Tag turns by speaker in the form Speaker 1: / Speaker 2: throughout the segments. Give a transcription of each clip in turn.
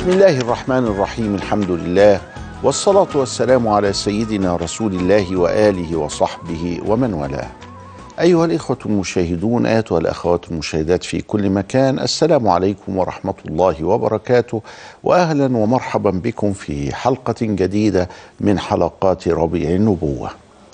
Speaker 1: بسم الله الرحمن الرحيم. الحمد لله والصلاة والسلام على سيدنا رسول الله وآله وصحبه ومن والاه. أيها الإخوة المشاهدون، أيتها الأخوات المشاهدات في كل مكان، السلام عليكم ورحمة الله وبركاته، وأهلا ومرحبا بكم في حلقة جديدة من حلقات ربيع النبوة.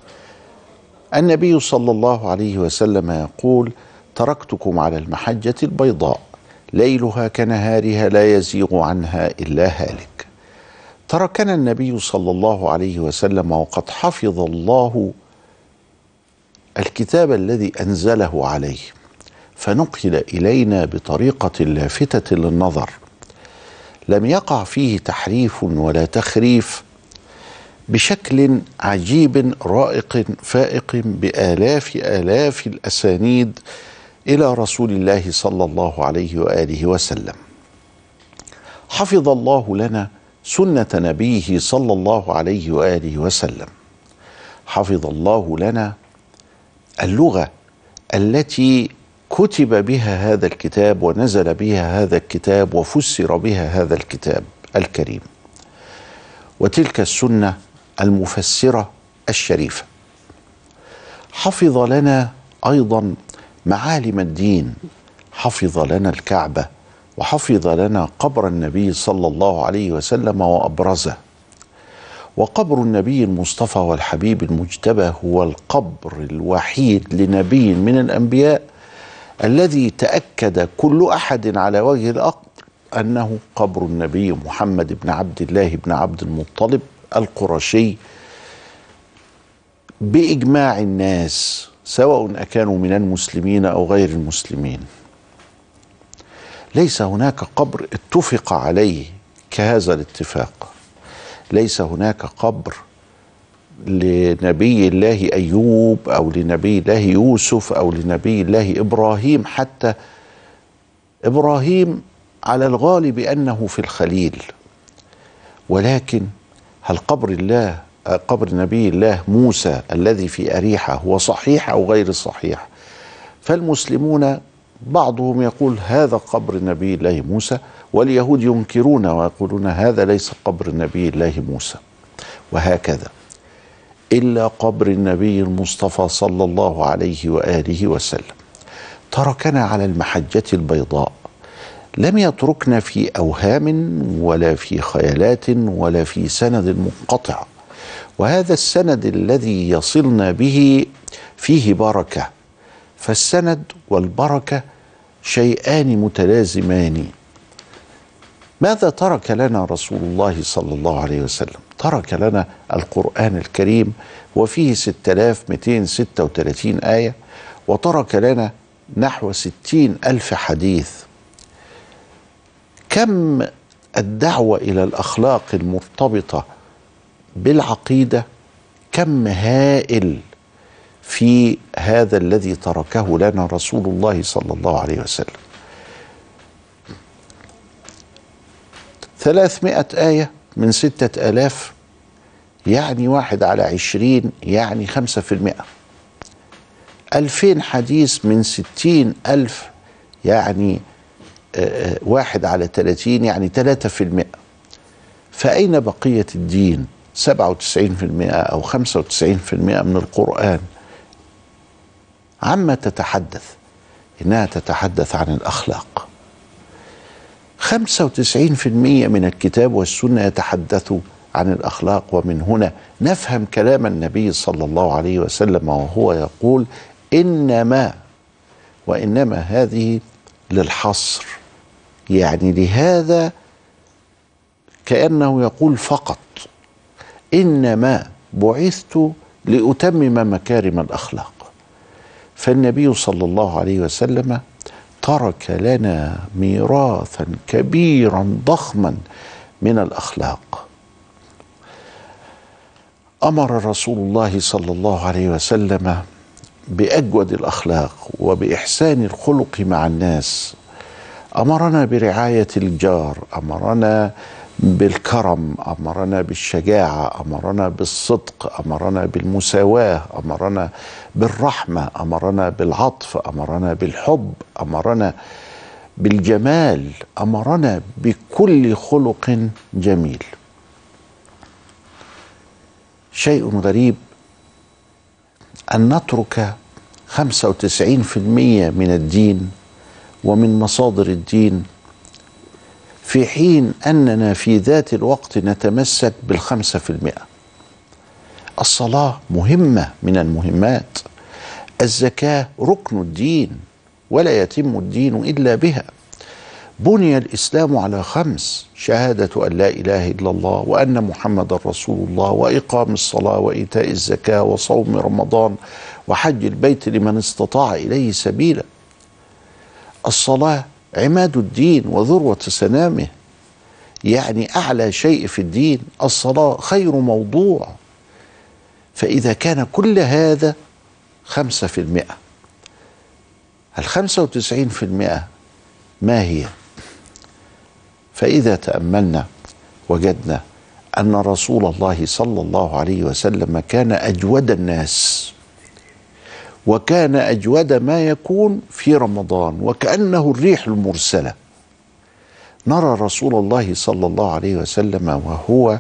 Speaker 1: النبي صلى الله عليه وسلم يقول: تركتكم على المحجة البيضاء ليلها كنهارها لا يزيغ عنها إلا هالك. تركنا النبي صلى الله عليه وسلم وقد حفظ الله الكتاب الذي أنزله عليه، فنقل إلينا بطريقة لافتة للنظر، لم يقع فيه تحريف ولا تخريف، بشكل عجيب رائق فائق بآلاف آلاف الأسانيد إلى رسول الله صلى الله عليه وآله وسلم. حفظ الله لنا سنة نبيه صلى الله عليه وآله وسلم. حفظ الله لنا اللغة التي كتب بها هذا الكتاب ونزل بها هذا الكتاب وفسر بها هذا الكتاب الكريم، وتلك السنة المفسرة الشريفة. حفظ لنا أيضا معالم الدين، حفظ لنا الكعبة، وحفظ لنا قبر النبي صلى الله عليه وسلم وأبرزه. وقبر النبي المصطفى والحبيب المجتبى هو القبر الوحيد لنبي من الأنبياء الذي تأكد كل أحد على وجه الأرض أنه قبر النبي محمد بن عبد الله بن عبد المطلب القرشي بإجماع الناس، سواء أكانوا من المسلمين أو غير المسلمين. ليس هناك قبر اتفق عليه كهذا الاتفاق. ليس هناك قبر لنبي الله أيوب أو لنبي الله يوسف أو لنبي الله إبراهيم. حتى إبراهيم على الغالب أنه في الخليل، ولكن هل قبر نبي الله موسى الذي في أريحة هو صحيح أو غير صحيح؟ فالمسلمون بعضهم يقول هذا قبر نبي الله موسى، واليهود ينكرون ويقولون هذا ليس قبر نبي الله موسى، وهكذا. إلا قبر النبي المصطفى صلى الله عليه وآله وسلم. تركنا على المحجة البيضاء، لم يتركنا في أوهام ولا في خيالات ولا في سند منقطع، وهذا السند الذي يصلنا به فيه بركة، فالسند والبركة شيئان متلازمان. ماذا ترك لنا رسول الله صلى الله عليه وسلم؟ ترك لنا القرآن الكريم وفيه 6236 آية، وترك لنا نحو 60,000 حديث. كم الدعوة إلى الأخلاق المرتبطة بالعقيدة، كم هائل في هذا الذي تركه لنا رسول الله صلى الله عليه وسلم. 300 آية من 6000 يعني 1/20 يعني 5%. 2000 حديث من 60,000 يعني 1/30 يعني 3%. فأين بقية الدين؟ 97% أو 95% من القرآن عما تتحدث؟ إنها تتحدث عن الأخلاق. 95% من الكتاب والسنة يتحدث عن الأخلاق. ومن هنا نفهم كلام النبي صلى الله عليه وسلم وهو يقول إنما، وإنما هذه للحصر، يعني لهذا كأنه يقول فقط إنما بعثت لأتمم مكارم الأخلاق. فالنبي صلى الله عليه وسلم ترك لنا ميراثا كبيرا ضخما من الأخلاق. أمر رسول الله صلى الله عليه وسلم بأجود الأخلاق وبإحسان الخلق مع الناس. أمرنا برعاية الجار، أمرنا بالكرم، أمرنا بالشجاعة، أمرنا بالصدق، أمرنا بالمساواة، أمرنا بالرحمة، أمرنا بالعطف، أمرنا بالحب، أمرنا بالجمال، أمرنا بكل خلق جميل. شيء غريب أن نترك 95% من الدين ومن مصادر الدين، في حين أننا في ذات الوقت نتمسك بال5%. الصلاة مهمة من المهمات، الزكاة ركن الدين ولا يتم الدين إلا بها. بني الإسلام على 5: شهادة أن لا إله إلا الله وأن محمد رسول الله، وإقام الصلاة، وإيتاء الزكاة، وصوم رمضان، وحج البيت لمن استطاع إليه سبيلا. الصلاة عماد الدين وذروة سنامه، يعني أعلى شيء في الدين. الصلاة خير موضوع. فإذا كان كل هذا 5%، 95% ما هي؟ فإذا تأملنا وجدنا أن رسول الله صلى الله عليه وسلم كان أجود الناس، وكان أجود ما يكون في رمضان، وكأنه الريح المرسلة. نرى رسول الله صلى الله عليه وسلم وهو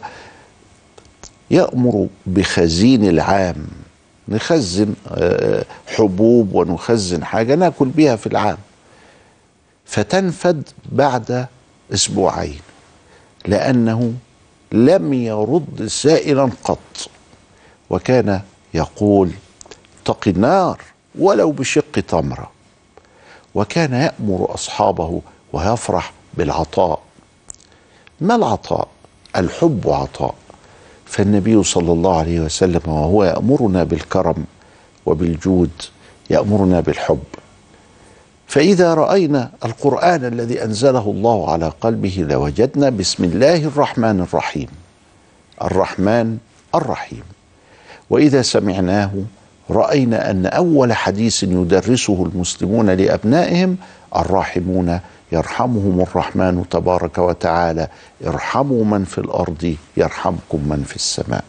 Speaker 1: يأمر بخزين العام، نخزن حبوب ونخزن حاجة نأكل بها في العام، فتنفد بعد أسبوعين، لأنه لم يرد سائلا قط. وكان يقول: اتق النار ولو بشق تمرة. وكان يأمر أصحابه ويفرح بالعطاء. ما العطاء؟ الحب عطاء. فالنبي صلى الله عليه وسلم وهو يأمرنا بالكرم وبالجود يأمرنا بالحب. فإذا رأينا القرآن الذي أنزله الله على قلبه لوجدنا بسم الله الرحمن الرحيم، الرحمن الرحيم. وإذا سمعناه رأينا أن أول حديث يدرسه المسلمون لأبنائهم: الراحمون يرحمهم الرحمن تبارك وتعالى، ارحموا من في الأرض يرحمكم من في السماء.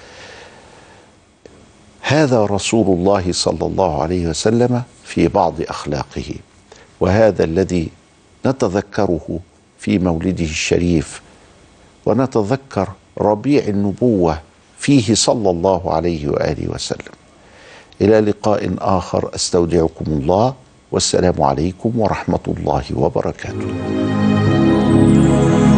Speaker 1: هذا رسول الله صلى الله عليه وسلم في بعض أخلاقه، وهذا الذي نتذكره في مولده الشريف، ونتذكر ربيع النبوة فيه صلى الله عليه وآله وسلم. إلى لقاء آخر، أستودعكم الله، والسلام عليكم ورحمة الله وبركاته.